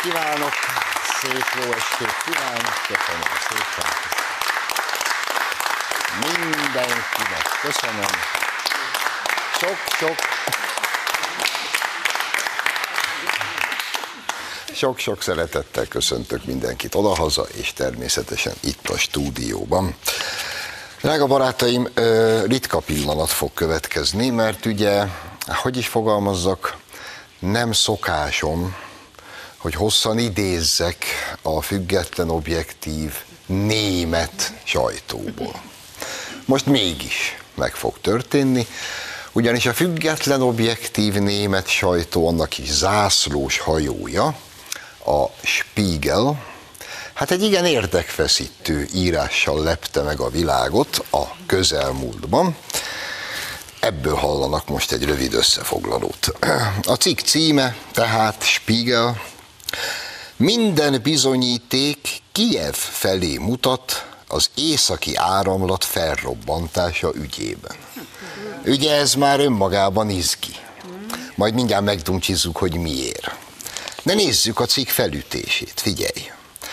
kívánok! Szép jó estét kívánok! Köszönöm szépen! Mindenkinek köszönöm! Sok-sok szeretettel köszöntök mindenkit odahaza, és természetesen itt a stúdióban. Drága barátaim, ritka pillanat fog következni, mert ugye, hogy is fogalmazzak, nem szokásom, hogy hosszan idézzek a független, objektív német sajtóból. Most mégis meg fog történni, ugyanis a független, objektív német sajtó, annak is zászlós hajója, a Spiegel, hát egy igen érdekfeszítő írással lepte meg a világot a közelmúltban. Ebből hallanak most egy rövid összefoglalót. A cikk címe tehát Spiegel: minden bizonyíték Kijev felé mutat az északi áramlat felrobbantása ügyében. Ugye ez már önmagában izgi. Majd mindjárt megduncsizzuk, hogy miért. De nézzük a cikk felütését, figyelj!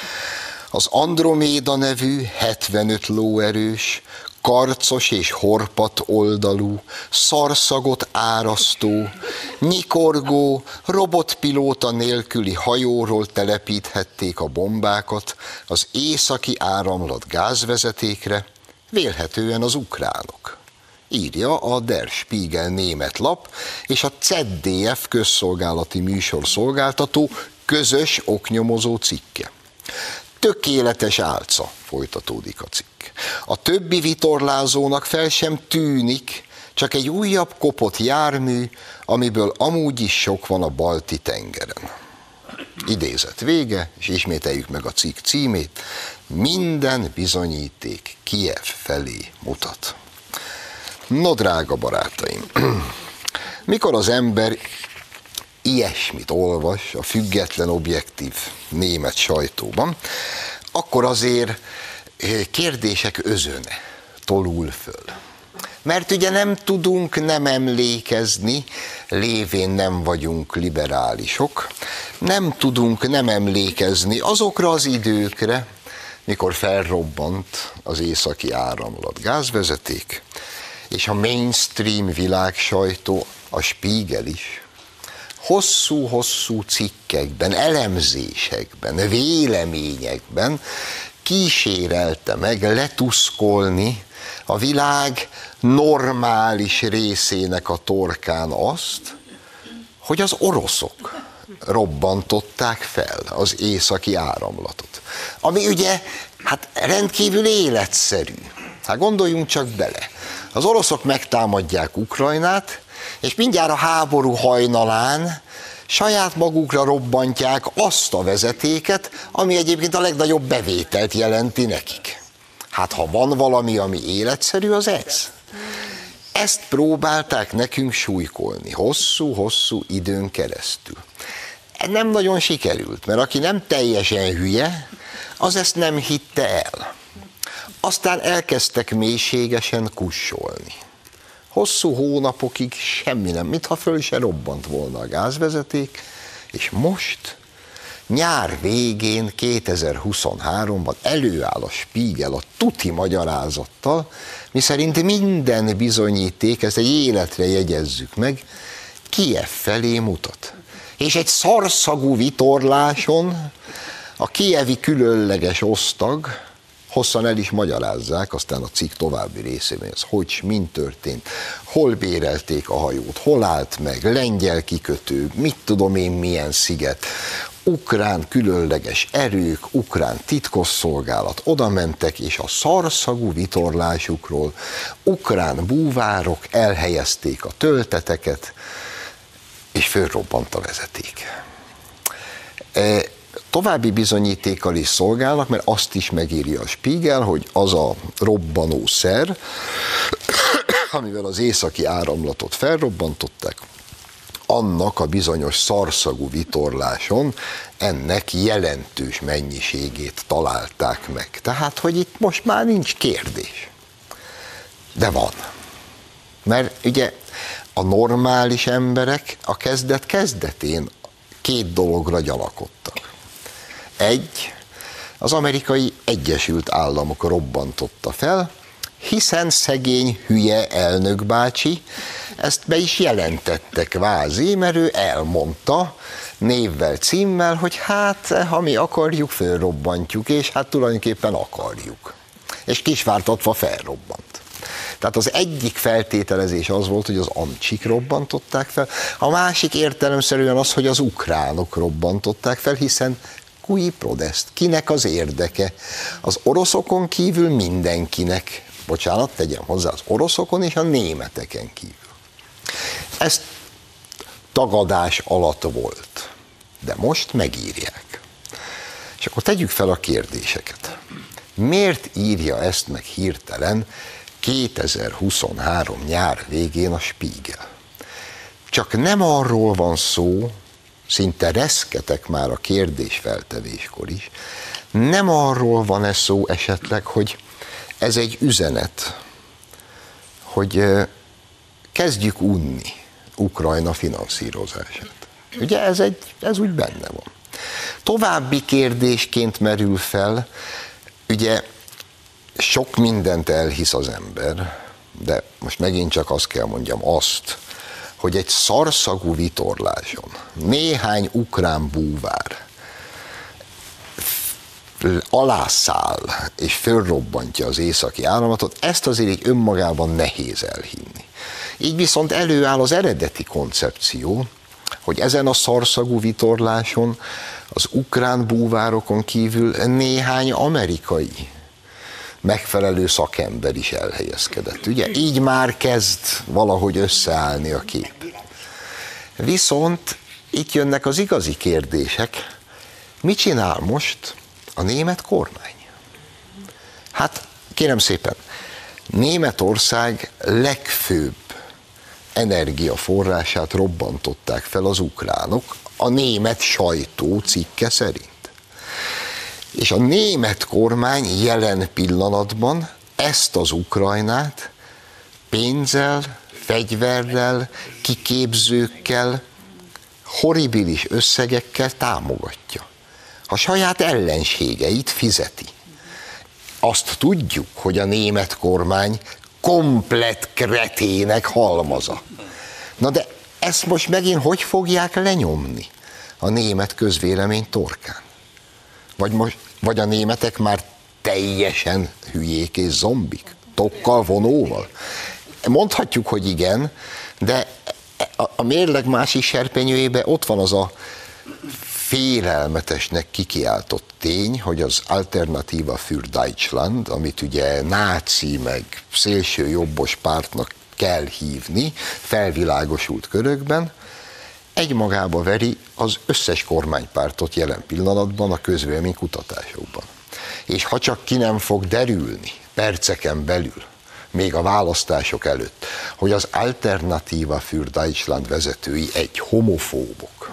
Az Androméda nevű 75 lóerős, karcos és horpat oldalú, szarszagot árasztó, nyikorgó, robotpilóta nélküli hajóról telepíthették a bombákat az északi áramlat gázvezetékre, vélhetően az ukránok. Írja a Der Spiegel német lap és a ZDF közszolgálati műsorszolgáltató közös oknyomozó cikke. Tökéletes álca, folytatódik a cikk. A többi vitorlázónak fel sem tűnik, csak egy újabb kopott jármű, amiből amúgy is sok van a Balti-tengeren. Idézet vége, és ismételjük meg a cikk címét: minden bizonyíték Kijev felé mutat. No, drága barátaim, mikor az ember ilyesmit olvas a független, objektív német sajtóban, akkor azért kérdések özöne tolul föl. Mert ugye nem tudunk nem emlékezni, lévén nem vagyunk liberálisok, nem tudunk nem emlékezni azokra az időkre, mikor felrobbant az északi áramlat gázvezeték, és a mainstream világsajtó, a Spiegel is, hosszú-hosszú cikkekben, elemzésekben, véleményekben kísérelte meg letuszkolni a világ normális részének a torkán azt, hogy az oroszok robbantották fel az északi áramlatot. Ami ugye hát rendkívül életszerű. Hát gondoljunk csak bele. Az oroszok megtámadják Ukrajnát, és mindjárt a háború hajnalán saját magukra robbantják azt a vezetéket, ami egyébként a legnagyobb bevételt jelenti nekik. Hát ha van valami, ami életszerű, az ez. Ezt próbálták nekünk súlykolni hosszú-hosszú időn keresztül. Nem nagyon sikerült, mert aki nem teljesen hülye, az ezt nem hitte el. Aztán elkezdtek mélységesen kussolni. Hosszú hónapokig semmi nem, mintha föl se robbant volna a gázvezeték, és most, nyár végén, 2023-ban előáll a Spiegel a tuti magyarázattal, miszerint minden bizonyíték, ezt egy életre jegyezzük meg, Kijev felé mutat. És egy szarszagú vitorláson a kijevi különleges osztag, hosszan el is magyarázzák, aztán a cikk további részében, ez hogy, mind történt, hol bérelték a hajót, hol állt meg, lengyel kikötő, mit tudom én milyen sziget, ukrán különleges erők, ukrán titkosszolgálat oda mentek, és a szarszagú vitorlásukról ukrán búvárok elhelyezték a tölteteket, és fölrobbant a vezeték. További bizonyítékkal is szolgálnak, mert azt is megírja a Spiegel, hogy az a robbanószer, amivel az északi áramlatot felrobbantották, annak a bizonyos szarszagú vitorláson ennek jelentős mennyiségét találták meg. Tehát, hogy itt most már nincs kérdés. De van. Mert ugye a normális emberek a kezdet kezdetén két dologra gyanakodtak. az Amerikai Egyesült Államok robbantotta fel, hiszen szegény hülye elnök bácsi ezt be is jelentette kvázi, mert ő elmondta névvel, címmel, hogy hát, ha mi akarjuk, fölrobbantjuk, és hát tulajdonképpen akarjuk. És kisvártatva felrobbant. Tehát az egyik feltételezés az volt, hogy az amcsik robbantották fel, a másik értelemszerűen az, hogy az ukránok robbantották fel, hiszen cui prodest, kinek az érdeke? Az oroszokon kívül mindenkinek, bocsánat, tegyem hozzá, az oroszokon és a németeken kívül. Ez tagadás alatt volt, de most megírják. És akkor tegyük fel a kérdéseket. Miért írja ezt meg hirtelen 2023 nyár végén a Spiegel? Csak nem arról van szó, szinte reszketek már a kérdésfeltevéskor is, nem arról van-e szó esetleg, hogy ez egy üzenet, hogy kezdjük unni Ukrajna finanszírozását. Ugye ez úgy benne van. További kérdésként merül fel, ugye sok mindent elhisz az ember, de most megint csak azt kell mondjam, hogy egy szarszagú vitorláson néhány ukrán búvár alászáll és fölrobbantja az északi államatot, ezt azért így önmagában nehéz elhinni. Így viszont előáll az eredeti koncepció, hogy ezen a szarszagú vitorláson az ukrán búvárokon kívül néhány amerikai megfelelő szakember is elhelyezkedett. Ugye így már kezd valahogy összeállni a kép. Viszont itt jönnek az igazi kérdések. Mit csinál most a német kormány? Hát kérem szépen, Németország legfőbb energiaforrását robbantották fel az ukránok, a német sajtó cikke szerint. És a német kormány jelen pillanatban ezt az Ukrajnát pénzzel, fegyverrel, kiképzőkkel, horribilis összegekkel támogatja. A saját ellenségeit fizeti. Azt tudjuk, hogy a német kormány komplett kretének halmaza. Na de ezt most megint hogy fogják lenyomni a német közvélemény torkán? Vagy a németek már teljesen hülyék és zombik? Tokkal, vonóval? Mondhatjuk, hogy igen, de a mérleg másik serpenyőjében ott van az a félelmetesnek kikiáltott tény, hogy az Alternativa für Deutschland, amit ugye náci meg szélső jobbos pártnak kell hívni felvilágosult körökben, egymagába veri az összes kormánypártot jelen pillanatban a közvélemény kutatásokban. És ha csak ki nem fog derülni perceken belül, még a választások előtt, hogy az Alternativa für Deutschland vezetői homofóbok.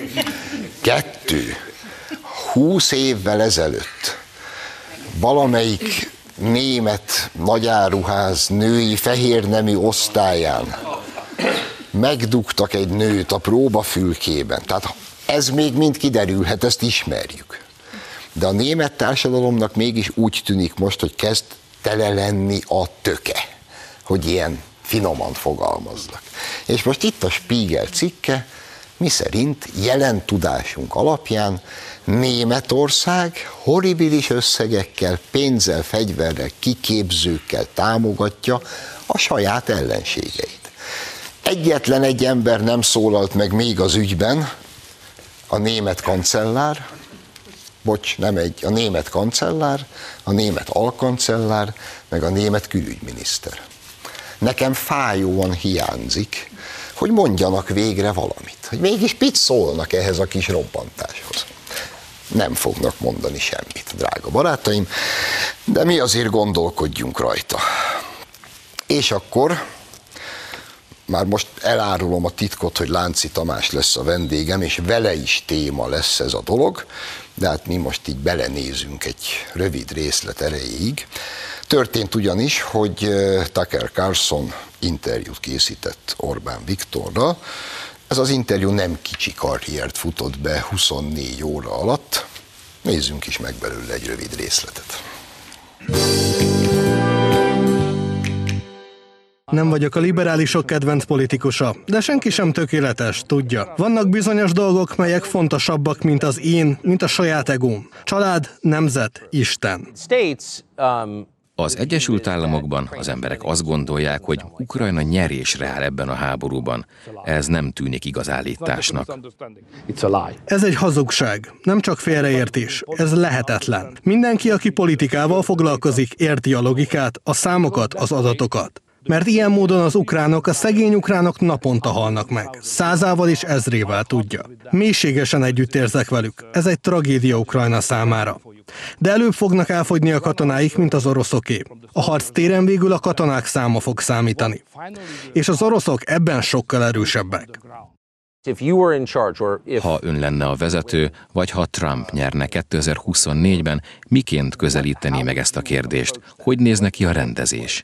2. 20 évvel ezelőtt valamelyik német nagyáruház női fehérnemű osztályán megdugtak egy nőt a próbafülkében. Tehát ez még mind kiderülhet, ezt ismerjük. De a német társadalomnak mégis úgy tűnik most, hogy kezd tele lenni a töke, hogy ilyen finoman fogalmaznak. És most itt a Spiegel cikke, miszerint jelen tudásunk alapján Németország horribilis összegekkel, pénzzel, fegyverrel, kiképzőkkel támogatja a saját ellenségeit. Egyetlen egy ember nem szólalt meg még az ügyben, a német kancellár, a német kancellár, a német alkancellár, meg a német külügyminiszter. Nekem fájóan hiányzik, hogy mondjanak végre valamit, hogy mégis mit szólnak ehhez a kis robbantáshoz. Nem fognak mondani semmit, drága barátaim, de mi azért gondolkodjunk rajta. És akkor már most elárulom a titkot, hogy Lánci Tamás lesz a vendégem, és vele is téma lesz ez a dolog, de hát mi most így belenézünk egy rövid részlet erejéig. Történt ugyanis, hogy Tucker Carlson interjút készített Orbán Viktorral. Ez az interjú nem kicsi karriert futott be 24 óra alatt, Nézzünk is meg belőle egy rövid részletet. Nem vagyok a liberálisok kedvenc politikusa, de senki sem tökéletes, tudja. Vannak bizonyos dolgok, melyek fontosabbak, mint az én, mint a saját egóm. Család, nemzet, Isten. Az Egyesült Államokban az emberek azt gondolják, hogy Ukrajna nyerésre áll ebben a háborúban. Ez nem tűnik igaz állításnak. Ez egy hazugság, nem csak félreértés, ez lehetetlen. Mindenki, aki politikával foglalkozik, érti a logikát, a számokat, az adatokat. Mert ilyen módon az ukránok, a szegény ukránok naponta halnak meg. 100-ával és 1000-ével, tudja. Mélységesen együtt érzek velük. Ez egy tragédia Ukrajna számára. De előbb fognak elfogyni a katonáik, mint az oroszoké. A harc téren végül a katonák száma fog számítani. És az oroszok ebben sokkal erősebbek. Ha ön lenne a vezető, vagy ha Trump nyerne 2024-ben, miként közelítené meg ezt a kérdést? Hogy néz neki a rendezés?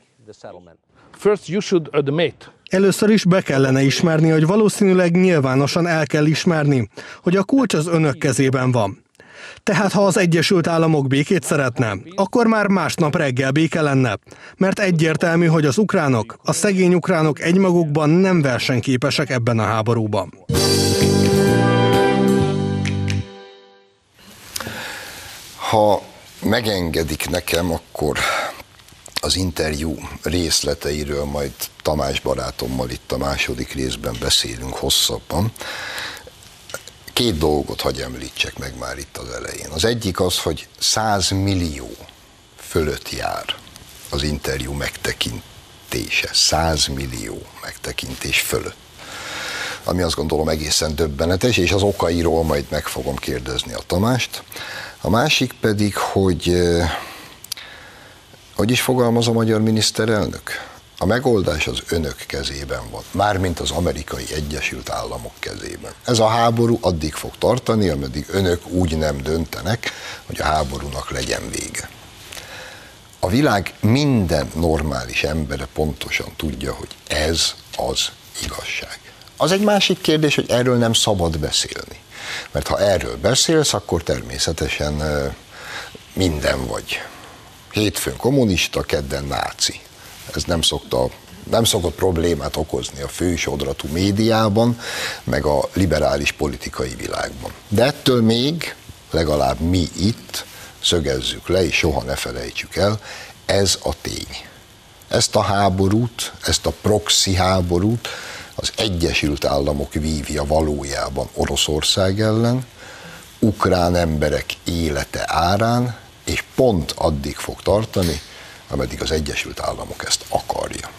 Először is be kellene ismerni, hogy valószínűleg nyilvánosan el kell ismerni, hogy a kulcs az önök kezében van. Tehát ha az Egyesült Államok békét szeretne, akkor már másnap reggel béke lenne, mert egyértelmű, hogy az ukránok, a szegény ukránok egymagukban nem versenyképesek ebben a háborúban. Ha megengedik nekem, akkor az interjú részleteiről majd Tamás barátommal itt a második részben beszélünk hosszabban. 2 dolgot hadd említsek meg már itt az elején. Az egyik az, hogy 100 millió fölött jár az interjú megtekintése. 100 millió megtekintés fölött. Ami azt gondolom egészen döbbenetes, és az okairól majd meg fogom kérdezni a Tamást. A másik pedig, hogy is fogalmaz a magyar miniszterelnök? A megoldás az önök kezében van, mármint az Amerikai Egyesült Államok kezében. Ez a háború addig fog tartani, ameddig önök úgy nem döntenek, hogy a háborúnak legyen vége. A világ minden normális embere pontosan tudja, hogy ez az igazság. Az egy másik kérdés, hogy erről nem szabad beszélni. Mert ha erről beszélsz, akkor természetesen minden vagy. Hétfőn kommunista, kedden náci. Ez nem szokott problémát okozni a fősodratú médiában, meg a liberális politikai világban. De ettől még, legalább mi itt, szögezzük le, és soha ne felejtsük el, ez a tény. Ezt a háborút, ezt a proxy háborút az Egyesült Államok vívja valójában Oroszország ellen, ukrán emberek élete árán, és pont addig fog tartani, ameddig az Egyesült Államok ezt akarja.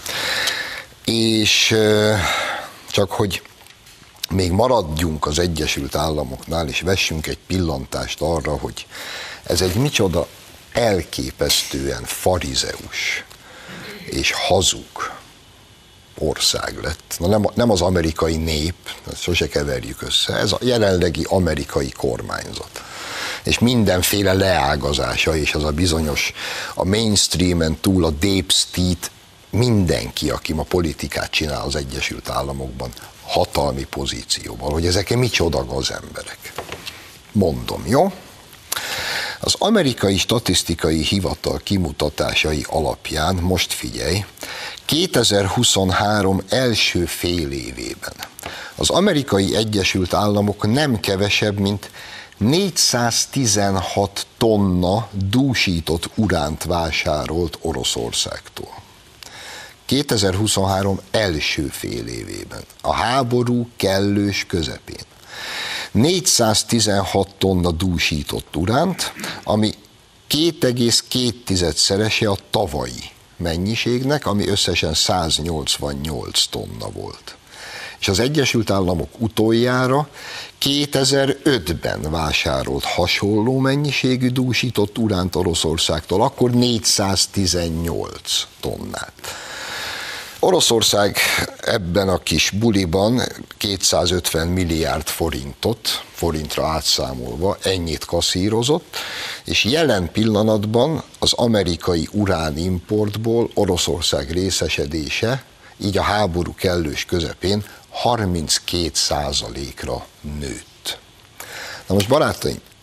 És csak hogy még maradjunk az Egyesült Államoknál, és vessünk egy pillantást arra, hogy ez egy micsoda elképesztően farizeus és hazug ország lett. Na nem az amerikai nép, sose keverjük össze, ez a jelenlegi amerikai kormányzat. És mindenféle leágazása, és az a bizonyos, a mainstreamen túl a deep state, mindenki, aki ma politikát csinál az Egyesült Államokban, hatalmi pozícióban, hogy ezek micsoda gazemberek. Mondom, jó? Az amerikai statisztikai hivatal kimutatásai alapján, most figyelj, 2023 első fél évében az Amerikai Egyesült Államok nem kevesebb, mint 416 tonna dúsított uránt vásárolt Oroszországtól. 2023 első fél évében, a háború kellős közepén. 416 tonna dúsított uránt, ami 2,2-szerese a tavalyi mennyiségnek, ami összesen 188 tonna volt. És az Egyesült Államok utoljára 2005-ben vásárolt hasonló mennyiségű dúsított uránt Oroszországtól, akkor 418 tonnát. Oroszország ebben a kis buliban 250 milliárd forintra átszámolva ennyit kasszírozott, és jelen pillanatban az amerikai uránimportból Oroszország részesedése, így a háború kellős közepén 32%-ra nőtt. Na most barátaim,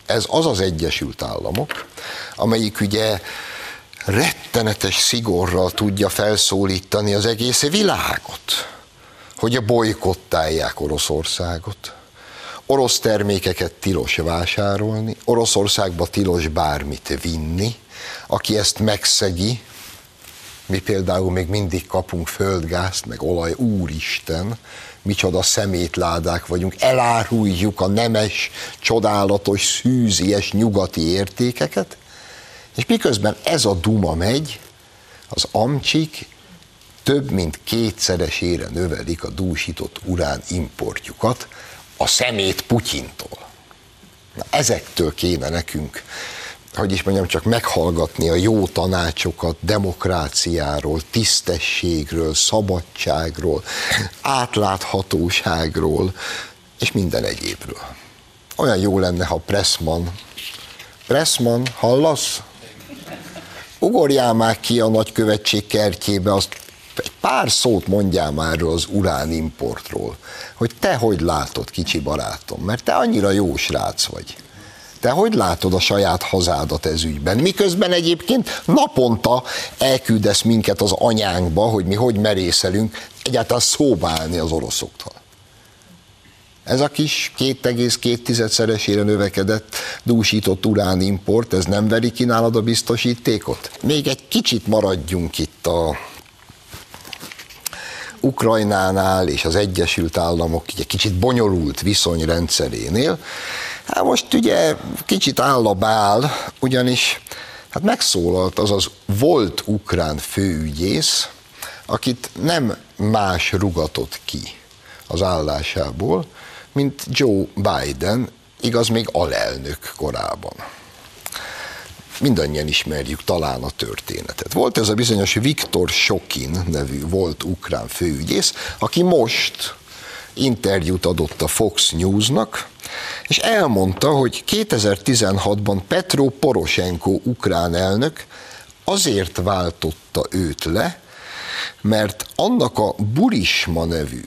Ez az az Egyesült Államok, amelyik ugye rettenetes szigorral tudja felszólítani az egész világot, hogy a bojkottálják Oroszországot. Orosz termékeket tilos vásárolni, Oroszországba tilos bármit vinni, aki ezt megszegi, mi például még mindig kapunk földgázt, meg olaj, úristen, micsoda szemétládák vagyunk, eláruljuk a nemes, csodálatos, szűzies nyugati értékeket, és miközben ez a duma megy, az amcsik több mint 2-szeresére növelik a dúsított urán importjukat a szemét Putyintól. Na, ezektől kéne nekünk, hogy is mondjam, csak meghallgatni a jó tanácsokat demokráciáról, tisztességről, szabadságról, átláthatóságról, és minden egyébről. Olyan jó lenne, ha Pressman, hallasz? Ugorjál már ki a nagykövetség kertjébe, azt egy pár szót mondjál már erről az uránimportról, hogy te hogy látod, kicsi barátom, mert te annyira jó srác vagy. Te hogy látod a saját hazádat ez ügyben? Miközben egyébként naponta elküldesz minket az anyánkba, hogy mi hogy merészelünk egyáltalán szóba állni az oroszoktól. Ez a kis 2,2-szeresére növekedett dúsított uránimport, ez nem veri ki nálad a biztosítékot? Még egy kicsit maradjunk itt a Ukrajnánál és az Egyesült Államok egy kicsit bonyolult viszonyrendszerénél. Hát most ugye kicsit áll a bál, ugyanis hát megszólalt az az volt ukrán főügyész, akit nem más rugatott ki az állásából, mint Joe Biden, igaz még alelnök korában. Mindannyian ismerjük talán a történetet. Volt ez a bizonyos Viktor Shokin nevű volt ukrán főügyész, aki most interjút adott a Fox Newsnak, és elmondta, hogy 2016-ban Petro Poroshenko ukrán elnök azért váltotta őt le, mert annak a Burisma nevű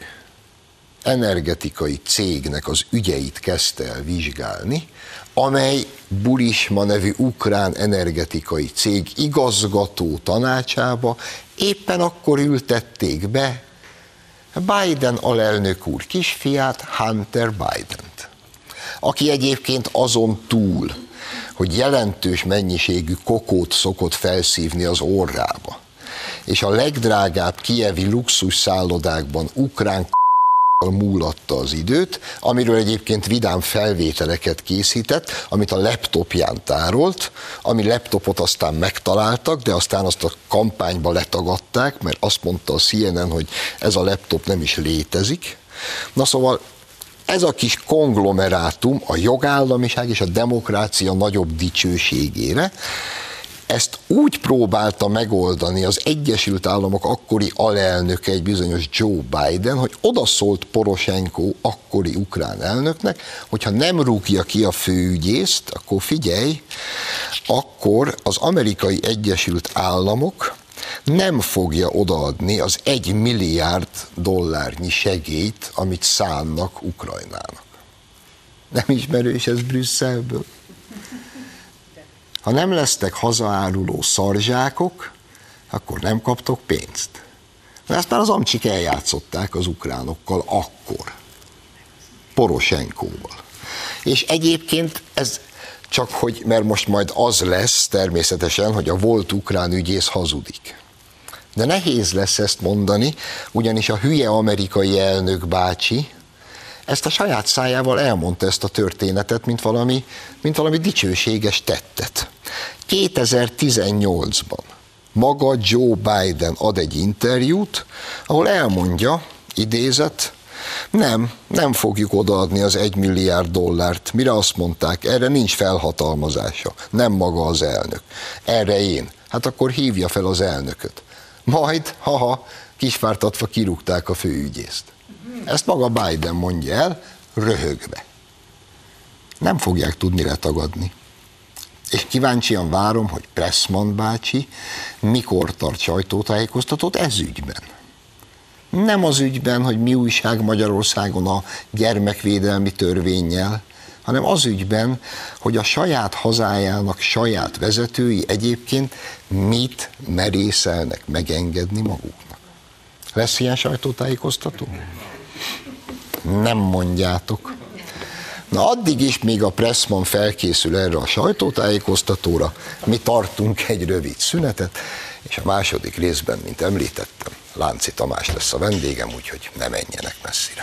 energetikai cégnek az ügyeit kezdte el vizsgálni, amely Burisma nevű ukrán energetikai cég igazgató tanácsába éppen akkor ültették be Biden alelnök úr kisfiát, Hunter Bident, aki egyébként azon túl, hogy jelentős mennyiségű kokót szokott felszívni az orrába, és a legdrágább kijevi luxus szállodákban ukrán múlatta az időt, amiről egyébként vidám felvételeket készített, amit a laptopján tárolt, ami laptopot aztán megtaláltak, de aztán azt a kampányba letagadták, mert azt mondta a CNN, hogy ez a laptop nem is létezik. Na szóval ez a kis konglomerátum a jogállamiság és a demokrácia nagyobb dicsőségére, ezt úgy próbálta megoldani az Egyesült Államok akkori alelnöke, egy bizonyos Joe Biden, hogy odaszólt Poroshenko akkori ukrán elnöknek, hogyha nem rúgja ki a főügyészt, akkor figyelj, akkor az Amerikai Egyesült Államok nem fogja odaadni az $1 milliárd segélyt, amit szánnak Ukrajnának. Nem ismerős ez Brüsszelből? Ha nem lesztek hazaáruló szarzsákok, akkor nem kaptok pénzt. De ezt már az amcsik eljátszották az ukránokkal akkor, Poroshenkóval. És egyébként ez csak hogy, mert most majd az lesz természetesen, hogy a volt ukrán ügyész hazudik. De nehéz lesz ezt mondani, ugyanis a hülye amerikai elnök bácsi ezt a saját szájával elmondta ezt a történetet, mint valami dicsőséges tettet. 2018-ban maga Joe Biden ad egy interjút, ahol elmondja, idézet, nem fogjuk odaadni az $1 milliárd, mire azt mondták, erre nincs felhatalmazása, nem maga az elnök. Erre én. Hát akkor hívja fel az elnököt. Majd, kisvártatva kirúgták a főügyészt. Ezt maga Biden mondja el, röhögve. Nem fogják tudni letagadni. És kíváncsian várom, hogy Pressman bácsi mikor tart sajtótájékoztatót ez ügyben. Nem az ügyben, hogy mi újság Magyarországon a gyermekvédelmi törvénnyel, hanem az ügyben, hogy a saját hazájának saját vezetői egyébként mit merészelnek megengedni maguknak. Lesz ilyen sajtótájékoztató? Nem mondjátok. Na addig is, míg a Pressman felkészül erre a sajtótájékoztatóra, mi tartunk egy rövid szünetet, és a második részben, mint említettem, Lánci Tamás lesz a vendégem, úgyhogy ne menjenek messzire.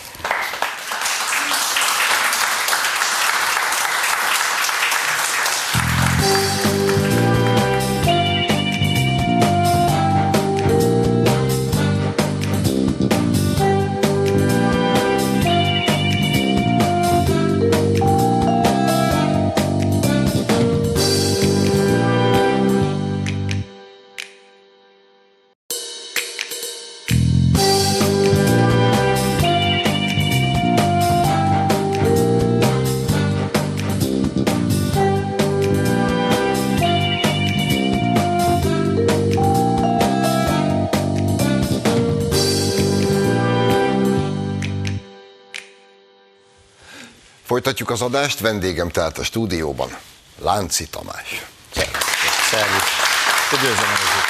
Folytatjuk az adást, vendégem tehát a stúdióban Lánci Tamás. Szervusz! Üdvözlöm önöket!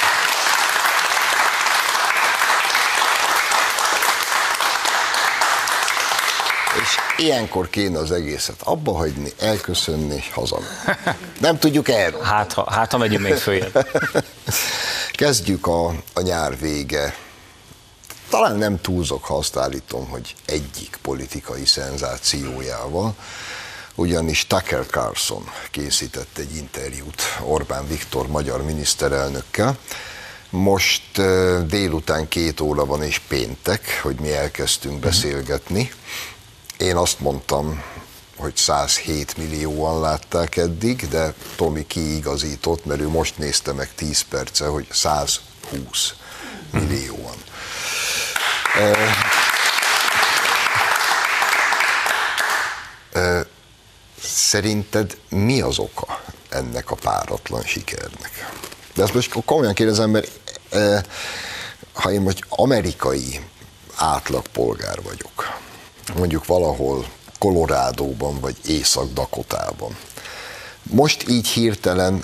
És ilyenkor kéne az egészet abba hagyni, elköszönni és hazamenni. Nem tudjuk erről. Hát ha megyünk még följebb. Kezdjük a nyár vége. Talán nem túlzok, ha azt állítom, hogy egyik politikai szenzációjával, ugyanis Tucker Carlson készített egy interjút Orbán Viktor magyar miniszterelnökkel. Most délután 2 óra van és péntek, hogy mi elkezdtünk beszélgetni. Én azt mondtam, hogy 107 millióan látták eddig, de Tomi kiigazított, mert ő most nézte meg 10 perce, hogy 120 millióan. Szerinted mi az oka ennek a páratlan sikernek? De ezt most komolyan kérdezem, mert ha én most amerikai átlagpolgár vagyok, mondjuk valahol Colorádóban vagy Észak-Dakotában, most így hirtelen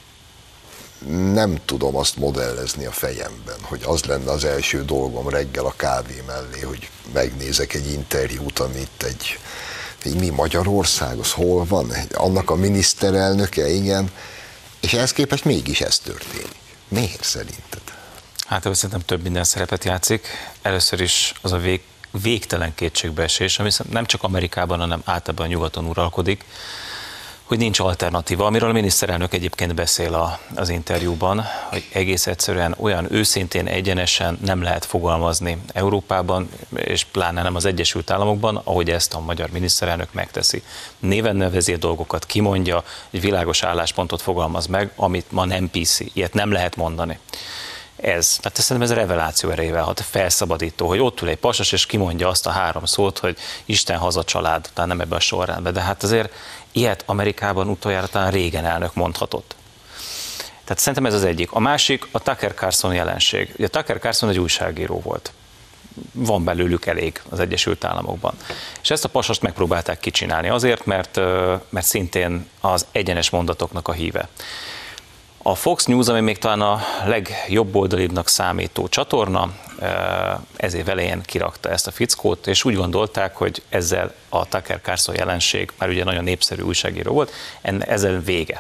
nem tudom azt modellezni a fejemben, hogy az lenne az első dolgom reggel a kávé mellé, hogy megnézek egy interjút, amit egy mi Magyarország, az hol van? Annak a miniszterelnöke, igen, és ehhez képest mégis ez történik. Miért szerinted? Hát szerintem több minden szerepet játszik. Először is az a végtelen kétségbeesés, ami nem csak Amerikában, hanem általában nyugaton uralkodik, hogy nincs alternatíva, amiről a miniszterelnök egyébként beszél az interjúban, hogy egész egyszerűen olyan őszintén, egyenesen nem lehet fogalmazni Európában, és pláne nem az Egyesült Államokban, ahogy ezt a magyar miniszterelnök megteszi. Néven nevezi a dolgokat, kimondja, egy világos álláspontot fogalmaz meg, amit ma nem PC, ilyet nem lehet mondani. Tehát szerintem ez reveláció erejével hat, felszabadító, hogy ott ül egy pasas, és kimondja azt a 3 szót, hogy Isten, haza, család, tehát nem ebben a sorrendben, de hát azért ilyet Amerikában utoljára talán Reagan elnök mondhatott. Tehát szerintem ez az egyik. A másik a Tucker Carlson jelenség. Ugye Tucker Carlson egy újságíró volt. Van belőlük elég az Egyesült Államokban. És ezt a pasast megpróbálták kicsinálni azért, mert szintén az egyenes mondatoknak a híve. A Fox News, ami még talán a legjobb oldalibbnak számító csatorna, ez év elején kirakta ezt a fickót, és úgy gondolták, hogy ezzel a Tucker Carlson jelenség, már ugye nagyon népszerű újságíró volt, ezzel vége.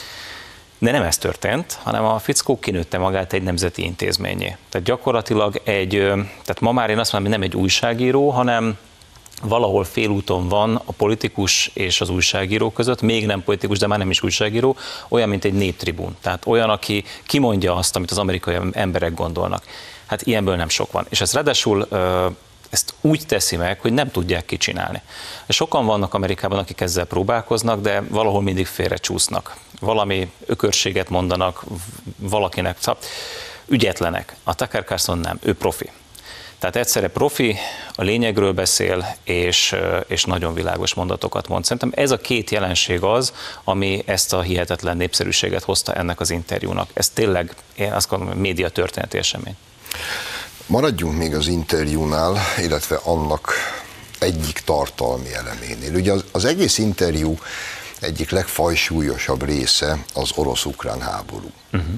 De nem ez történt, hanem a fickó kinőtte magát egy nemzeti intézménnyé. Tehát gyakorlatilag tehát ma már én azt mondom, hogy nem egy újságíró, hanem valahol félúton van a politikus és az újságíró között, még nem politikus, de már nem is újságíró, olyan, mint egy néptribún. Tehát olyan, aki kimondja azt, amit az amerikai emberek gondolnak. Hát ilyenből nem sok van. És ez ráadásul ezt úgy teszi meg, hogy nem tudják kicsinálni. Sokan vannak Amerikában, akik ezzel próbálkoznak, de valahol mindig félrecsúsznak. Valami ökörséget mondanak valakinek, ügyetlenek. A Tucker Carlson nem, ő profi. Tehát egyszerre profi, a lényegről beszél, és nagyon világos mondatokat mond. Szerintem ez a 2 jelenség az, ami ezt a hihetetlen népszerűséget hozta ennek az interjúnak. Ez tényleg, én azt gondolom, média történeti esemény. Maradjunk még az interjúnál, illetve annak egyik tartalmi eleménél. Ugye az egész interjú egyik legfajsúlyosabb része az orosz-ukrán háború.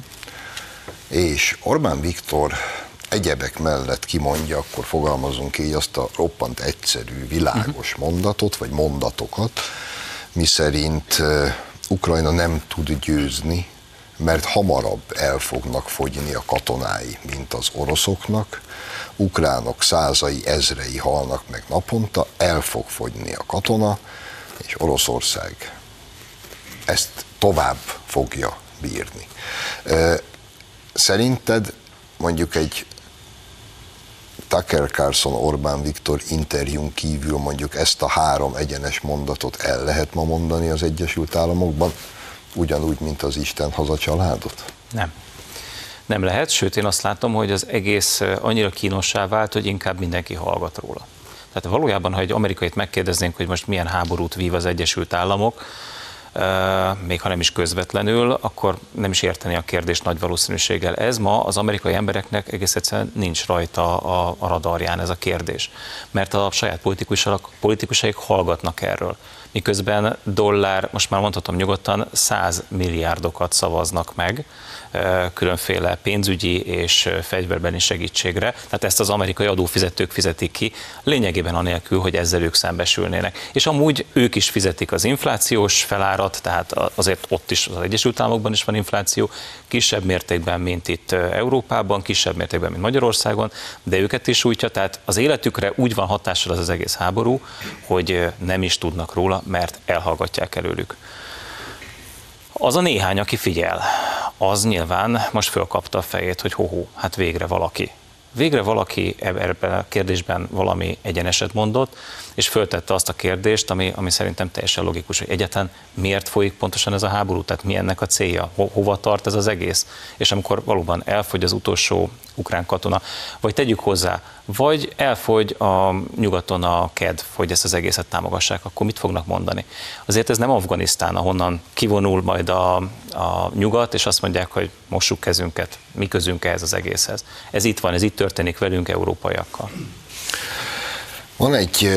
És Orbán Viktor egyebek mellett kimondja, akkor fogalmazunk így azt a roppant egyszerű, világos mondatot, vagy mondatokat, miszerint Ukrajna nem tud győzni, mert hamarabb el fognak fogyni a katonái, mint az oroszoknak. Ukránok százai, ezrei halnak meg naponta, el fog fogyni a katona, és Oroszország ezt tovább fogja bírni. Szerinted mondjuk egy Tucker Carlson Orbán Viktor interjún kívül mondjuk ezt a 3 egyenes mondatot el lehet ma mondani az Egyesült Államokban, ugyanúgy, mint az Isten haza családot? Nem. Nem lehet, sőt én azt látom, hogy az egész annyira kínossá vált, hogy inkább mindenki hallgat róla. Tehát valójában, ha egy amerikait megkérdeznénk, hogy most milyen háborút vív az Egyesült Államok, még ha nem is közvetlenül, akkor nem is érteni a kérdést nagy valószínűséggel. Ez ma az amerikai embereknek egész egyszerűen nincs rajta a radarján ez a kérdés. Mert a saját politikusaik hallgatnak erről. Miközben most már mondhatom nyugodtan, 100 milliárdokat szavaznak meg különféle pénzügyi és fegyverbeni segítségre. Tehát ezt az amerikai adófizetők fizetik ki, lényegében anélkül, hogy ezzel ők szembesülnének. És amúgy ők is fizetik az inflációs felárat, tehát azért ott is, az Egyesült Államokban is van infláció, kisebb mértékben, mint itt Európában, kisebb mértékben, mint Magyarországon, de őket is sújtja, tehát az életükre úgy van hatással az egész háború, hogy nem is tudnak róla, mert elhallgatják előlük. Az a néhány, aki figyel, az nyilván most fölkapta a fejét, hogy hát végre valaki ebben a kérdésben valami egyeneset mondott, és föltette azt a kérdést, ami szerintem teljesen logikus, hogy egyáltalán miért folyik pontosan ez a háború, tehát mi ennek a célja, hova tart ez az egész, és amikor valóban elfogy az utolsó ukrán katona, vagy tegyük hozzá, vagy elfogy a nyugaton a KED, hogy ezt az egészet támogassák, akkor mit fognak mondani? Azért ez nem Afganisztán, ahonnan kivonul majd a nyugat, és azt mondják, hogy mossuk kezünket, mi közünk ehhez az egészhez. Ez itt van, ez itt történik velünk, európaiakkal. Van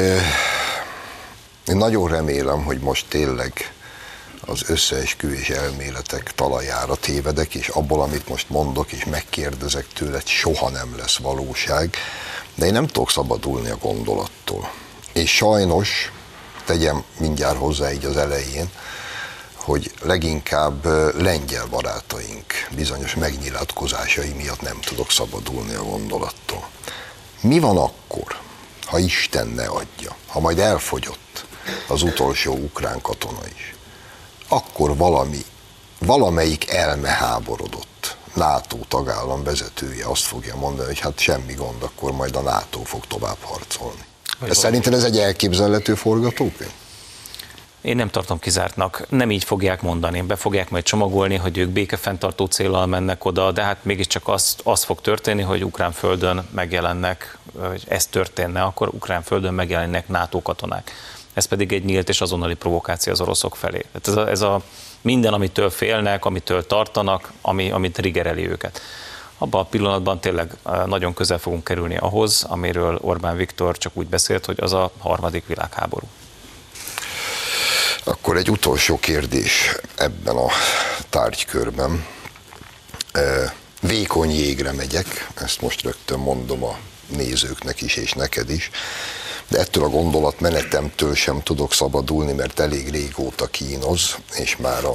én nagyon remélem, hogy most tényleg az összeesküvés elméletek talajára tévedek, és abból, amit most mondok, és megkérdezek tőled, soha nem lesz valóság, de én nem tudok szabadulni a gondolattól. És sajnos, tegyem mindjárt hozzá így az elején, hogy leginkább lengyel barátaink bizonyos megnyilatkozásai miatt nem tudok szabadulni a gondolattól. Mi van akkor, ha Isten ne adja, ha majd elfogyott az utolsó ukrán katona is, akkor valamelyik elmeháborodott NATO tagállam vezetője azt fogja mondani, hogy hát semmi gond, akkor majd a NATO fog tovább harcolni. Szerinted ez egy elképzelhető forgatókönyv? Én nem tartom kizártnak, nem így fogják mondani, be fogják majd csomagolni, hogy ők békefenntartó céllal mennek oda, de hát mégiscsak az fog történni, hogy ukrán földön megjelennek, hogy ez történne, akkor ukrán földön megjelennek NATO katonák. Ez pedig egy nyílt és azonnali provokáció az oroszok felé. Tehát ez a minden, amitől félnek, amitől tartanak, ami triggereli őket. Abban a pillanatban tényleg nagyon közel fogunk kerülni ahhoz, amiről Orbán Viktor csak úgy beszélt, hogy az a 3. világháború. Akkor egy utolsó kérdés ebben a tárgykörben. Vékony jégre megyek, ezt most rögtön mondom a nézőknek is és neked is, de ettől a gondolatmenetemtől sem tudok szabadulni, mert elég régóta kínoz, és már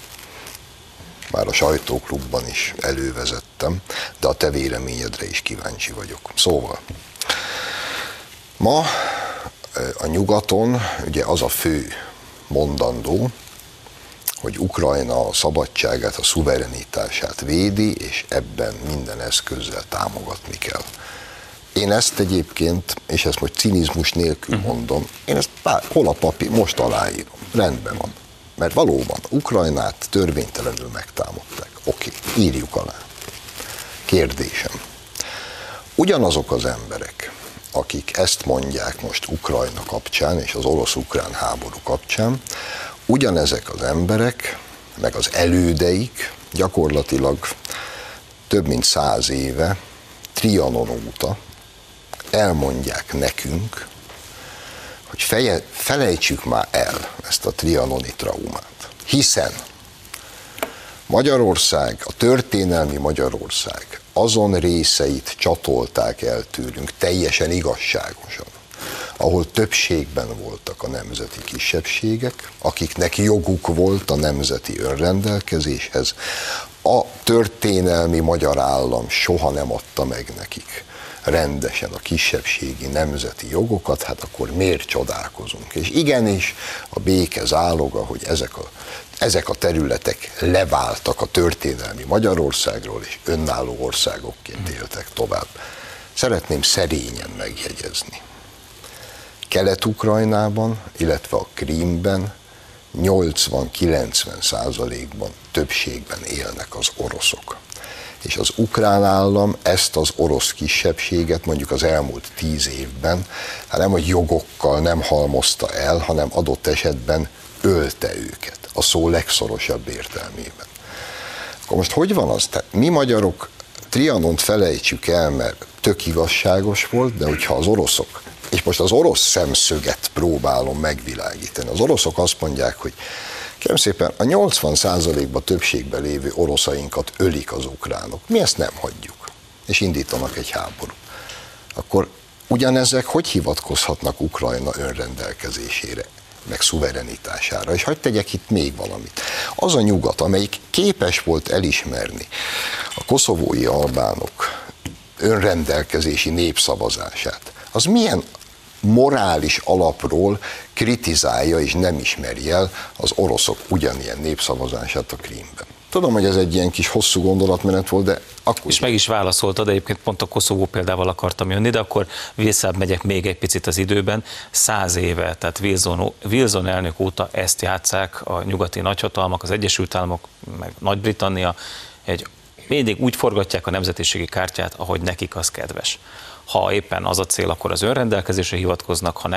a sajtóklubban is elővezettem, de a te véleményedre is kíváncsi vagyok. Szóval, ma a nyugaton ugye az a fő mondandó, hogy Ukrajna a szabadságát, a szuverenitását védi, és ebben minden eszközzel támogatni kell. Én ezt egyébként, és ezt most cinizmus nélkül mondom, én ezt hol a papír, most aláírom, rendben van. Mert valóban Ukrajnát törvénytelenül megtámadták. Oké, írjuk alá. Kérdésem. Ugyanazok az emberek, akik ezt mondják most Ukrajna kapcsán és az orosz-ukrán háború kapcsán, ugyanezek az emberek, meg az elődeik gyakorlatilag több mint 100 éve, Trianon óta elmondják nekünk, hogy felejtsük már el ezt a trianoni traumát. Hiszen Magyarország, a történelmi Magyarország azon részeit csatolták el tőlünk teljesen igazságosan, ahol többségben voltak a nemzeti kisebbségek, akiknek joguk volt a nemzeti önrendelkezéshez, a történelmi magyar állam soha nem adta meg nekik rendesen a kisebbségi nemzeti jogokat, hát akkor miért csodálkozunk? És igenis a béke záloga, hogy ezek a területek leváltak a történelmi Magyarországról, és önálló országokként éltek tovább. Szeretném szerényen megjegyezni. Kelet-Ukrajnában, illetve a Krímben 80-90%-ban többségben élnek az oroszok. És az ukrán állam ezt az orosz kisebbséget mondjuk az elmúlt 10 évben, hát nem hogy jogokkal nem halmozta el, hanem adott esetben ölte őket, a szó legszorosabb értelmében. Akkor most hogy van az? Tehát mi magyarok Trianont felejtsük el, mert tök igazságos volt, de hogyha az oroszok, és most az orosz szemszöget próbálom megvilágítani, az oroszok azt mondják, hogy kérem szépen, a 80%-ban többségben lévő oroszainkat ölik az ukránok. Mi ezt nem hagyjuk, és indítanak egy háborút. Akkor ugyanezek hogy hivatkozhatnak Ukrajna önrendelkezésére, meg szuverenitására? És hadd tegyek itt még valamit. Az a nyugat, amelyik képes volt elismerni a koszovói albánok önrendelkezési népszavazását, az milyen morális alapról kritizálja és nem ismeri el az oroszok ugyanilyen népszavazását a Krímben? Tudom, hogy ez egy ilyen kis hosszú gondolatmenet volt, de akkor... És meg is válaszoltad, de egyébként pont a Koszovó példával akartam jönni, de akkor visszább megyek még egy picit az időben. 100 éve, tehát Wilson elnök óta ezt játsszák a nyugati nagyhatalmak, az Egyesült Államok, meg Nagy-Britannia, mindig úgy forgatják a nemzetiségi kártyát, ahogy nekik az kedves. Ha éppen az a cél, akkor az önrendelkezésre hivatkoznak, ha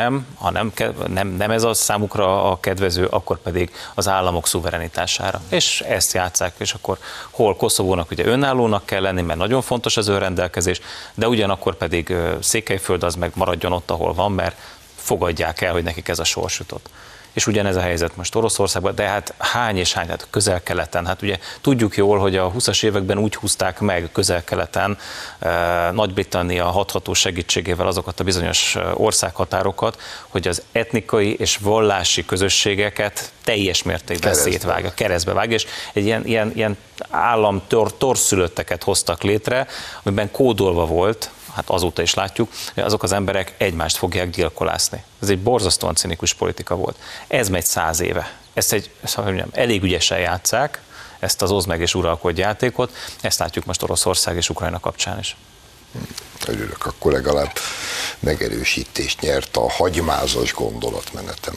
nem ez a számukra a kedvező, akkor pedig az államok szuverenitására. És ezt játsszák, és akkor hol Koszovónak ugye önállónak kell lenni, mert nagyon fontos az önrendelkezés, de ugyanakkor pedig Székelyföld az meg maradjon ott, ahol van, mert fogadják el, hogy nekik ez a sors jutott. És ugyanez a helyzet most Oroszországban, de hát hány és hány, hát Közel-Keleten, hát ugye tudjuk jól, hogy a 20-as években úgy húzták meg Közel-Keleten Nagy-Britannia hathatós segítségével azokat a bizonyos országhatárokat, hogy az etnikai és vallási közösségeket teljes mértékben szétvágja, keresztbe vágja, és egy ilyen állam torszülötteket hoztak létre, amiben kódolva volt, hát azóta is látjuk, hogy azok az emberek egymást fogják gyilkolászni. Ez egy borzasztóan cinikus politika volt. Ez megy 100 éve. Ezt elég ügyesen játsszák, ezt az oszd meg és uralkodj játékot, ezt látjuk most Oroszország és Ukrajna kapcsán is. Örülök, akkor legalább megerősítést nyert a hagymázas gondolatmenetem.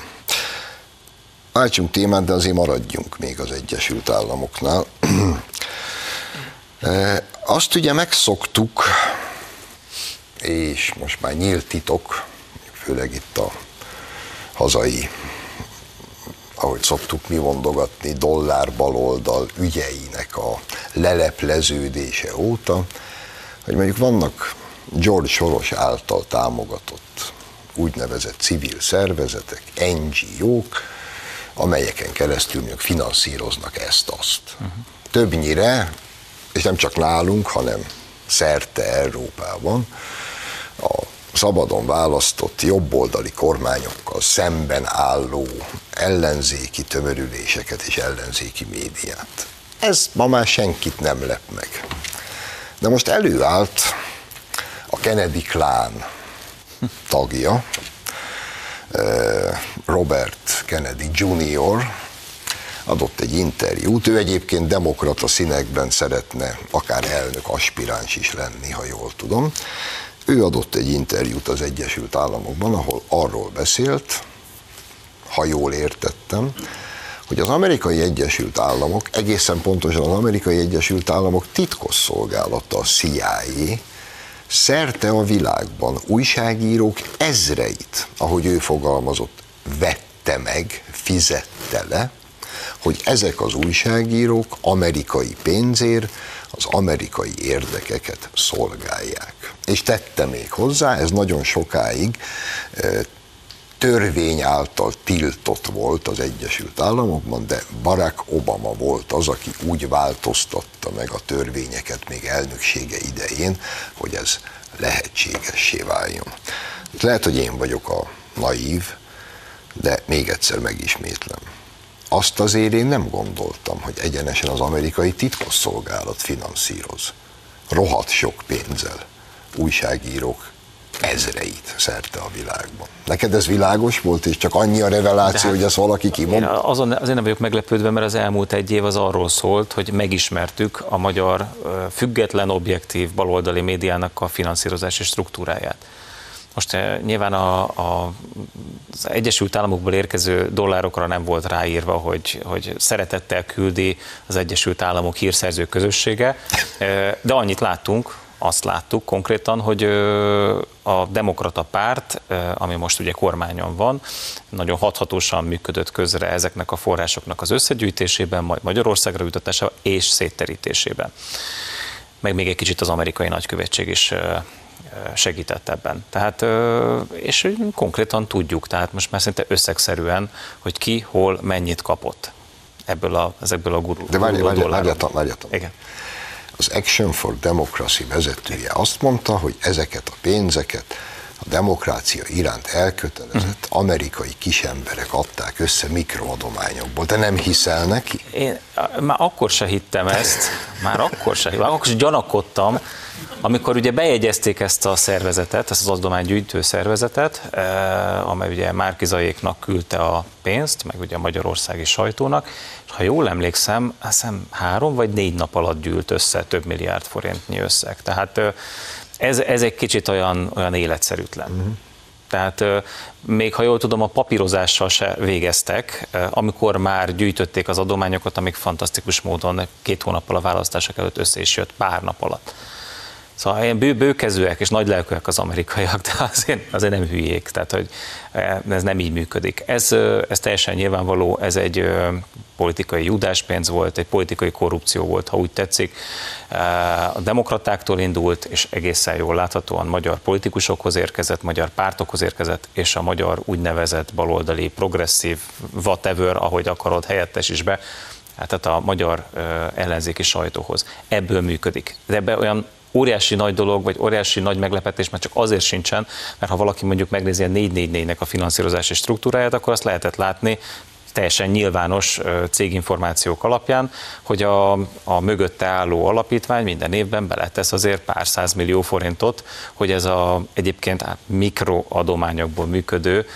Váltsunk témát, de azért maradjunk még az Egyesült Államoknál. Azt ugye megszoktuk, és most már nyílt titok, főleg itt a hazai, ahogy szoktuk mi mondogatni, dollár baloldal ügyeinek a lelepleződése óta, hogy mondjuk vannak George Soros által támogatott úgynevezett civil szervezetek, NGO-k, amelyeken keresztül mondjuk finanszíroznak ezt-azt. Többnyire, és nem csak nálunk, hanem szerte Európában, a szabadon választott jobboldali kormányokkal szemben álló ellenzéki tömörüléseket és ellenzéki médiát. Ez ma már senkit nem lep meg. De most előállt a Kennedy klán tagja, Robert Kennedy Jr., adott egy interjút, ő egyébként demokrata színekben szeretne akár elnök aspiráns is lenni, ha jól tudom. Ő adott egy interjút az Egyesült Államokban, ahol arról beszélt, ha jól értettem, hogy az Amerikai Egyesült Államok, egészen pontosan az Amerikai Egyesült Államok titkosszolgálata, a CIA, szerte a világban újságírók ezreit, ahogy ő fogalmazott, vette meg, fizette le, hogy ezek az újságírók amerikai pénzért az amerikai érdekeket szolgálják. És tette még hozzá, ez nagyon sokáig törvény által tiltott volt az Egyesült Államokban, de Barack Obama volt az, aki úgy változtatta meg a törvényeket még elnöksége idején, hogy ez lehetségessé váljon. Lehet, hogy én vagyok a naív, de még egyszer megismétlem. Azt azért én nem gondoltam, hogy egyenesen az amerikai titkosszolgálat finanszíroz. Rohadt sok pénzzel újságírók ezreit szerte a világban. Neked ez világos volt, és csak annyi a reveláció, hogy ezt valaki kimondta? Azért nem vagyok meglepődve, mert az elmúlt egy év az arról szólt, hogy megismertük a magyar független, objektív baloldali médiának a finanszírozási struktúráját. Most nyilván az Egyesült Államokból érkező dollárokra nem volt ráírva, hogy szeretettel küldi az Egyesült Államok hírszerző közössége, de annyit láttunk, azt láttuk konkrétan, hogy a Demokrata Párt, ami most ugye kormányon van, nagyon hathatósan működött közre ezeknek a forrásoknak az összegyűjtésében, majd Magyarországra jutatásában és szétterítésében. Meg még egy kicsit az amerikai nagykövetség is segített ebben. Tehát, és konkrétan tudjuk, tehát most már szinte összegszerűen, hogy ki, hol, mennyit kapott ezekből a gurú várjatok. Igen. Az Action for Democracy vezetője azt mondta, hogy ezeket a pénzeket a demokrácia iránt elkötelezett amerikai kisemberek adták össze mikroadományokból. Te nem hiszel neki? Én már akkor se hittem ezt, már akkor se gyanakodtam, amikor ugye bejegyezték ezt a szervezetet, ezt az adománygyűjtő szervezetet, amely ugye Márki-Zayéknak küldte a pénzt, meg ugye a magyarországi sajtónak, és ha jól emlékszem, azt hiszem 3 vagy 4 nap alatt gyűlt össze több milliárd forintnyi összeg. Tehát ez egy kicsit olyan életszerűtlen. Tehát még ha jól tudom, a papírozással se végeztek, amikor már gyűjtötték az adományokat, amik fantasztikus módon 2 hónappal a választások előtt össze is jött pár nap alatt. Szóval ilyen bőkezőek és nagylelkűek az amerikaiak, de azért nem hülyék, tehát hogy ez nem így működik. Ez teljesen nyilvánvaló, ez egy politikai judáspénz volt, egy politikai korrupció volt, ha úgy tetszik. A demokratáktól indult, és egészen jól láthatóan magyar politikusokhoz érkezett, magyar pártokhoz érkezett, és a magyar úgynevezett baloldali, progresszív, whatever, ahogy akarod, helyettes is be, tehát a magyar ellenzéki sajtóhoz. Ebből működik. De ebben olyan óriási nagy dolog, vagy óriási nagy meglepetés, mert csak azért sincsen, mert ha valaki mondjuk megnézi a 444-nek a finanszírozási struktúráját, akkor azt lehetett látni teljesen nyilvános céginformációk alapján, hogy a mögötte álló alapítvány minden évben beletesz azért pár 100 millió forintot, hogy ez egyébként mikroadományokból működő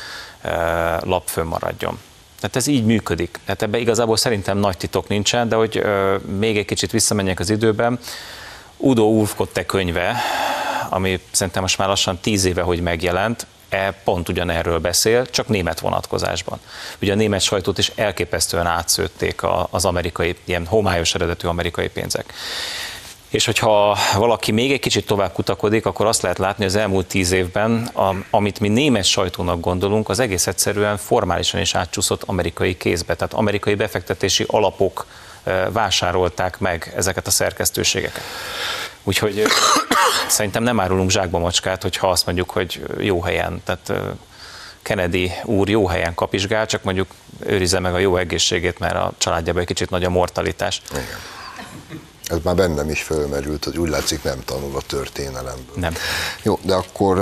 lap fönnmaradjon. Tehát ez így működik. Tehát ebben igazából szerintem nagy titok nincsen, de hogy még egy kicsit visszamenjek az időben, Udo Ulfkotte könyve, ami szerintem most már lassan 10 éve, hogy megjelent, pont ugyanerről beszél, csak német vonatkozásban. Ugye a német sajtót is elképesztően átszőtték az amerikai, ilyen homályos eredetű amerikai pénzek. És hogyha valaki még egy kicsit tovább kutakodik, akkor azt lehet látni, hogy az elmúlt 10 évben, amit mi német sajtónak gondolunk, az egész egyszerűen formálisan is átcsúszott amerikai kézbe. Tehát amerikai befektetési alapok vásárolták meg ezeket a szerkesztőségeket. Úgyhogy szerintem nem árulunk zsákba macskát, hogyha azt mondjuk, hogy jó helyen, tehát Kennedy úr jó helyen kapizsgál, csak mondjuk őrizze meg a jó egészségét, mert a családjában egy kicsit nagy a mortalitás. Igen. Ez már bennem is fölmerült, hogy úgy látszik nem tanul a történelemből. Nem. Jó, de akkor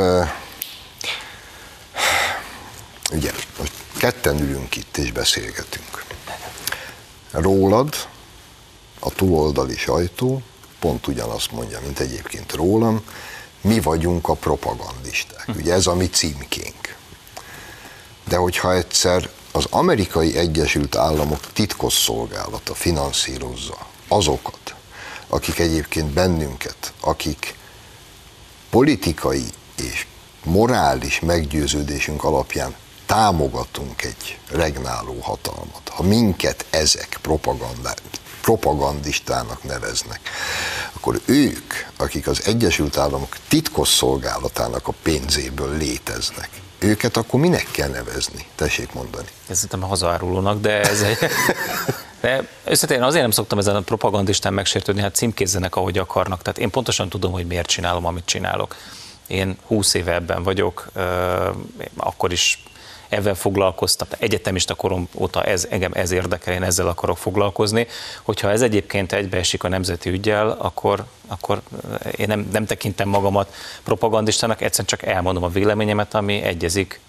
ugye, most ketten ülünk itt és beszélgetünk. Rólad a túloldali sajtó pont ugyanazt mondja, mint egyébként rólam, mi vagyunk a propagandisták. Ugye ez a mi címkénk. De hogyha egyszer az Amerikai Egyesült Államok titkosszolgálata finanszírozza azokat, akik egyébként bennünket, akik politikai és morális meggyőződésünk alapján támogatunk egy regnáló hatalmat, ha minket ezek propagandistának neveznek, akkor ők, akik az Egyesült Államok titkosszolgálatának a pénzéből léteznek, őket akkor minek kell nevezni? Tessék mondani. Ez szerintem hazaárulónak, de ez egy... De összetérően azért nem szoktam ezen a propagandistán megsértődni, hát címkézzenek, ahogy akarnak. Tehát én pontosan tudom, hogy miért csinálom, amit csinálok. Én 20 éve ebben vagyok, akkor is ezzel foglalkoztam, egyetemista korom óta engem ez érdekel, én ezzel akarok foglalkozni. Hogyha ez egyébként egybeesik a nemzeti üggyel, akkor én nem tekintem magamat propagandistának, egyszerűen csak elmondom a véleményemet, ami egyezik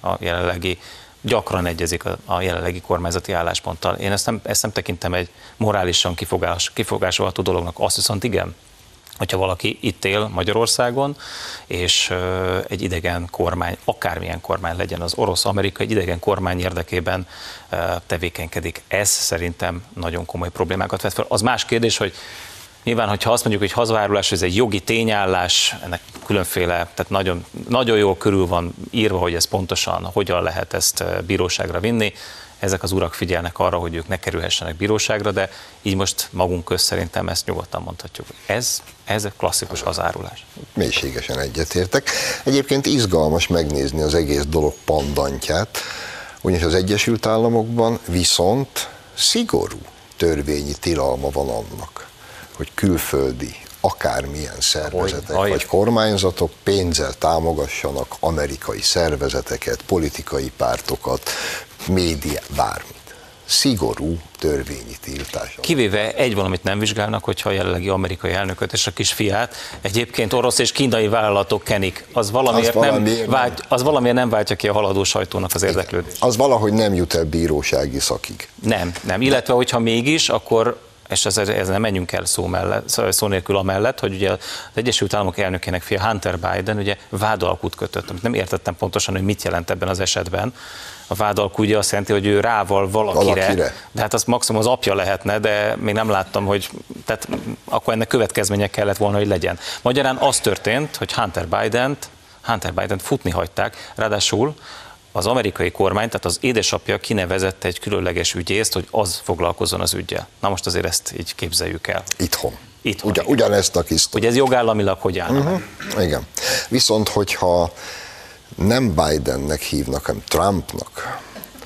gyakran egyezik a jelenlegi kormányzati állásponttal. Én ezt nem tekintem egy morálisan kifogásolható dolognak. Azt viszont igen, hogyha valaki itt él Magyarországon, és egy idegen kormány, akármilyen kormány legyen, az orosz-amerikai, egy idegen kormány érdekében tevékenykedik. Ez szerintem nagyon komoly problémákat vet fel. Az más kérdés, hogy nyilván, hogyha azt mondjuk, hogy hazárulás, ez egy jogi tényállás, ennek különféle, tehát nagyon, nagyon jól körül van írva, hogy ez pontosan hogyan lehet ezt bíróságra vinni. Ezek az urak figyelnek arra, hogy ők ne kerülhessenek bíróságra, de így most magunk közt szerintem ezt nyugodtan mondhatjuk. Ez klasszikus hazárulás. Mélységesen egyetértek. Egyébként izgalmas megnézni az egész dolog pandantját, ugyanis az Egyesült Államokban viszont szigorú törvényi tilalma van annak, hogy külföldi, akármilyen szervezetek vagy kormányzatok pénzzel támogassanak amerikai szervezeteket, politikai pártokat, média, bármit. Szigorú törvényi tiltás. Kivéve egy valamit nem vizsgálnak, hogyha a jelenlegi amerikai elnököt és a kisfiát egyébként orosz és kínai vállalatok kenik. Az valamiért nem váltja ki a haladó sajtónak az érdeklődést. Az valahogy nem jut el bírósági szakig. Nem. Illetve, hogyha mégis, akkor és ez nem menjünk el szó nélkül amellett, hogy ugye az Egyesült Államok elnökének fia Hunter Biden ugye vádalkut kötött, amit nem értettem pontosan, hogy mit jelent ebben az esetben. A vádalkú ugye azt jelenti, hogy ő rával valakire, de hát az maximum az apja lehetne, de még nem láttam, hogy tehát akkor ennek következménye kellett volna, hogy legyen. Magyarán az történt, hogy Hunter Bident futni hagyták, ráadásul az amerikai kormány, tehát az édesapja kinevezett egy különleges ügyészt, hogy az foglalkozzon az üggyel. Na most azért ezt így képzeljük el. Itthon. Ugyanezt a kis. Hogy ez jogállamilag hogy állna? Igen. Viszont, hogyha nem Bidennek hívnak, hanem Trumpnak,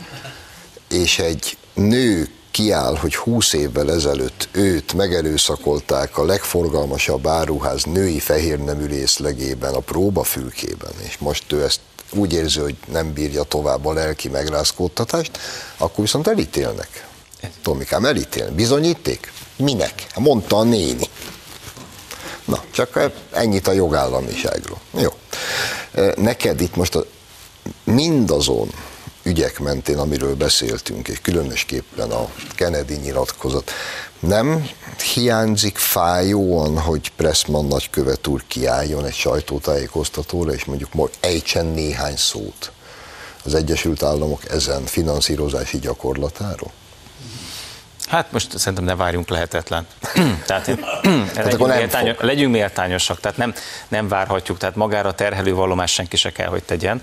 és egy nő kiáll, hogy 20 évvel ezelőtt őt megerőszakolták a legforgalmasabb áruház női fehérnemű részlegében, a próbafülkében, és most ő ezt úgy érzi, hogy nem bírja tovább a lelki megrázkódtatást, akkor viszont elítélnek. Tomikám, elítélni. Bizonyíték? Minek? Mondta a néni. Na, csak ennyit a jogállamiságról. Jó. Neked itt most mindazon ügyek mentén, amiről beszéltünk, és különösképpen a Kennedy nyilatkozat, nem hiányzik fájóan, hogy Pressman nagykövet úr kiálljon egy sajtótájékoztatóra, és mondjuk ejtsen néhány szót az Egyesült Államok ezen finanszírozási gyakorlatáról? Hát most szerintem ne várjunk lehetetlen. Tehát legyünk méltányosak, tehát nem várhatjuk, tehát magára terhelővallomást senki se kell, hogy tegyen.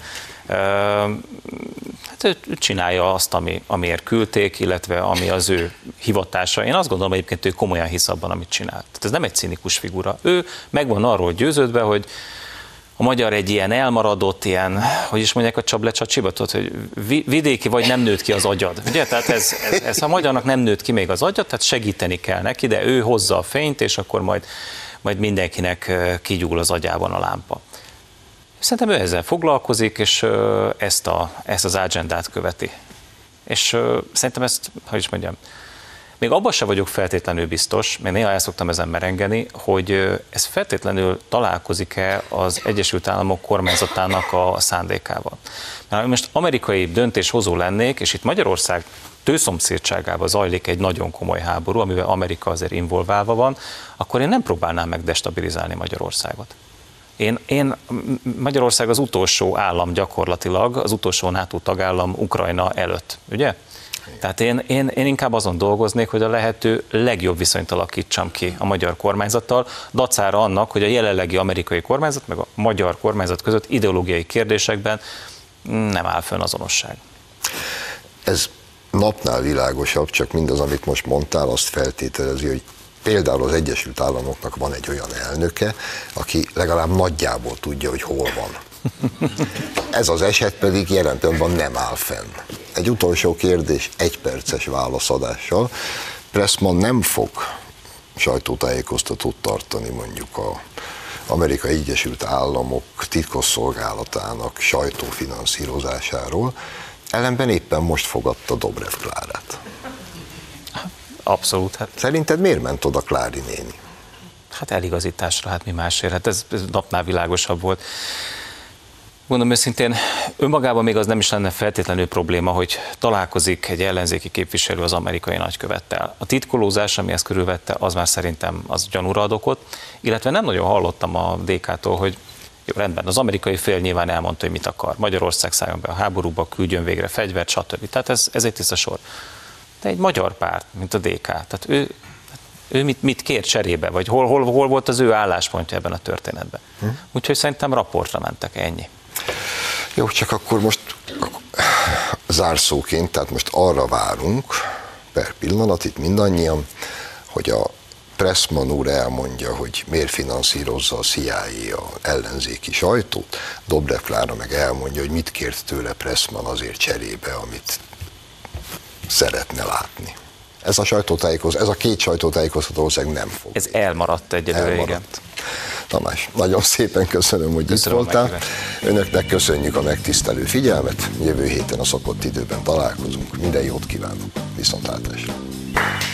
Hát ő csinálja azt, amiért küldték, illetve ami az ő hivatása. Én azt gondolom, egyébként ő komolyan hisz abban, amit csinál. Tehát ez nem egy cinikus figura. Ő meg van arról győződve, hogy a magyar egy ilyen elmaradott, ilyen, hogy is mondják a csablecsa hogy vidéki vagy nem nőtt ki az agyad. Ugye? Tehát ez a magyarnak nem nőtt ki még az agyad, tehát segíteni kell neki, de ő hozza a fényt, és akkor majd mindenkinek kigyúl az agyában a lámpa. Szerintem ő ezzel foglalkozik, és ezt az agendát követi. És szerintem ezt, hogy is mondjam, még abban sem vagyok feltétlenül biztos, még néha el szoktam ezen merengeni, hogy ez feltétlenül találkozik-e az Egyesült Államok kormányzatának a szándékával. Mert most amerikai döntéshozó lennék, és itt Magyarország tőszomszédságában zajlik egy nagyon komoly háború, amivel Amerika azért involválva van, akkor én nem próbálnám meg destabilizálni Magyarországot. Magyarország az utolsó állam gyakorlatilag, az utolsó NATO tagállam Ukrajna előtt, ugye? Tehát én inkább azon dolgoznék, hogy a lehető legjobb viszonyt alakítsam ki a magyar kormányzattal, dacára annak, hogy a jelenlegi amerikai kormányzat meg a magyar kormányzat között ideológiai kérdésekben nem áll fönn azonosság. Ez napnál világosabb, csak mindaz, amit most mondtál, azt feltételezi, hogy például az Egyesült Államoknak van egy olyan elnöke, aki legalább nagyjából tudja, hogy hol van. Ez az eset pedig jelen pillanatban nem áll fenn. Egy utolsó kérdés, 1 perces válaszadással. Pressman nem fog sajtótájékoztatót tartani mondjuk az Amerikai Egyesült Államok titkosszolgálatának sajtófinanszírozásáról, Ellenben éppen most fogadta Dobrev Klárát. Abszolút. Hát. Szerinted miért ment oda Klári néni? Hát eligazításra, hát mi másért, hát ez napnál világosabb volt. Mondom őszintén, önmagában még az nem is lenne feltétlenül probléma, hogy találkozik egy ellenzéki képviselő az amerikai nagykövettel. A titkolózás, ami ezt körülvette, az már szerintem az gyanúra ad okot, illetve nem nagyon hallottam a DK-tól, hogy jó, rendben, az amerikai fél nyilván elmondta, hogy mit akar. Magyarország szálljon be a háborúba, küldjön végre fegyvert, stb. Tehát ez egy tiszta sor. De egy magyar párt, mint a DK, tehát ő mit kér cserébe, vagy hol volt az ő álláspontja ebben a történetben. Úgyhogy szerintem raportra mentek, ennyi. Jó, csak akkor most zárszóként, tehát most arra várunk, per pillanat itt mindannyian, hogy a Pressman úr elmondja, hogy miért finanszírozza a CIA a ellenzéki sajtót, Dobrev Klára meg elmondja, hogy mit kért tőle Pressman azért cserébe, amit szeretne látni. Ez a két sajtótájékoztató ország nem fog. Ez elmaradt egyelőre, igen. Tamás, nagyon szépen köszönöm, hogy itt voltál. Önöknek köszönjük a megtisztelő figyelmet. Jövő héten a szokott időben találkozunk. Minden jót kívánok. Viszontlátásra.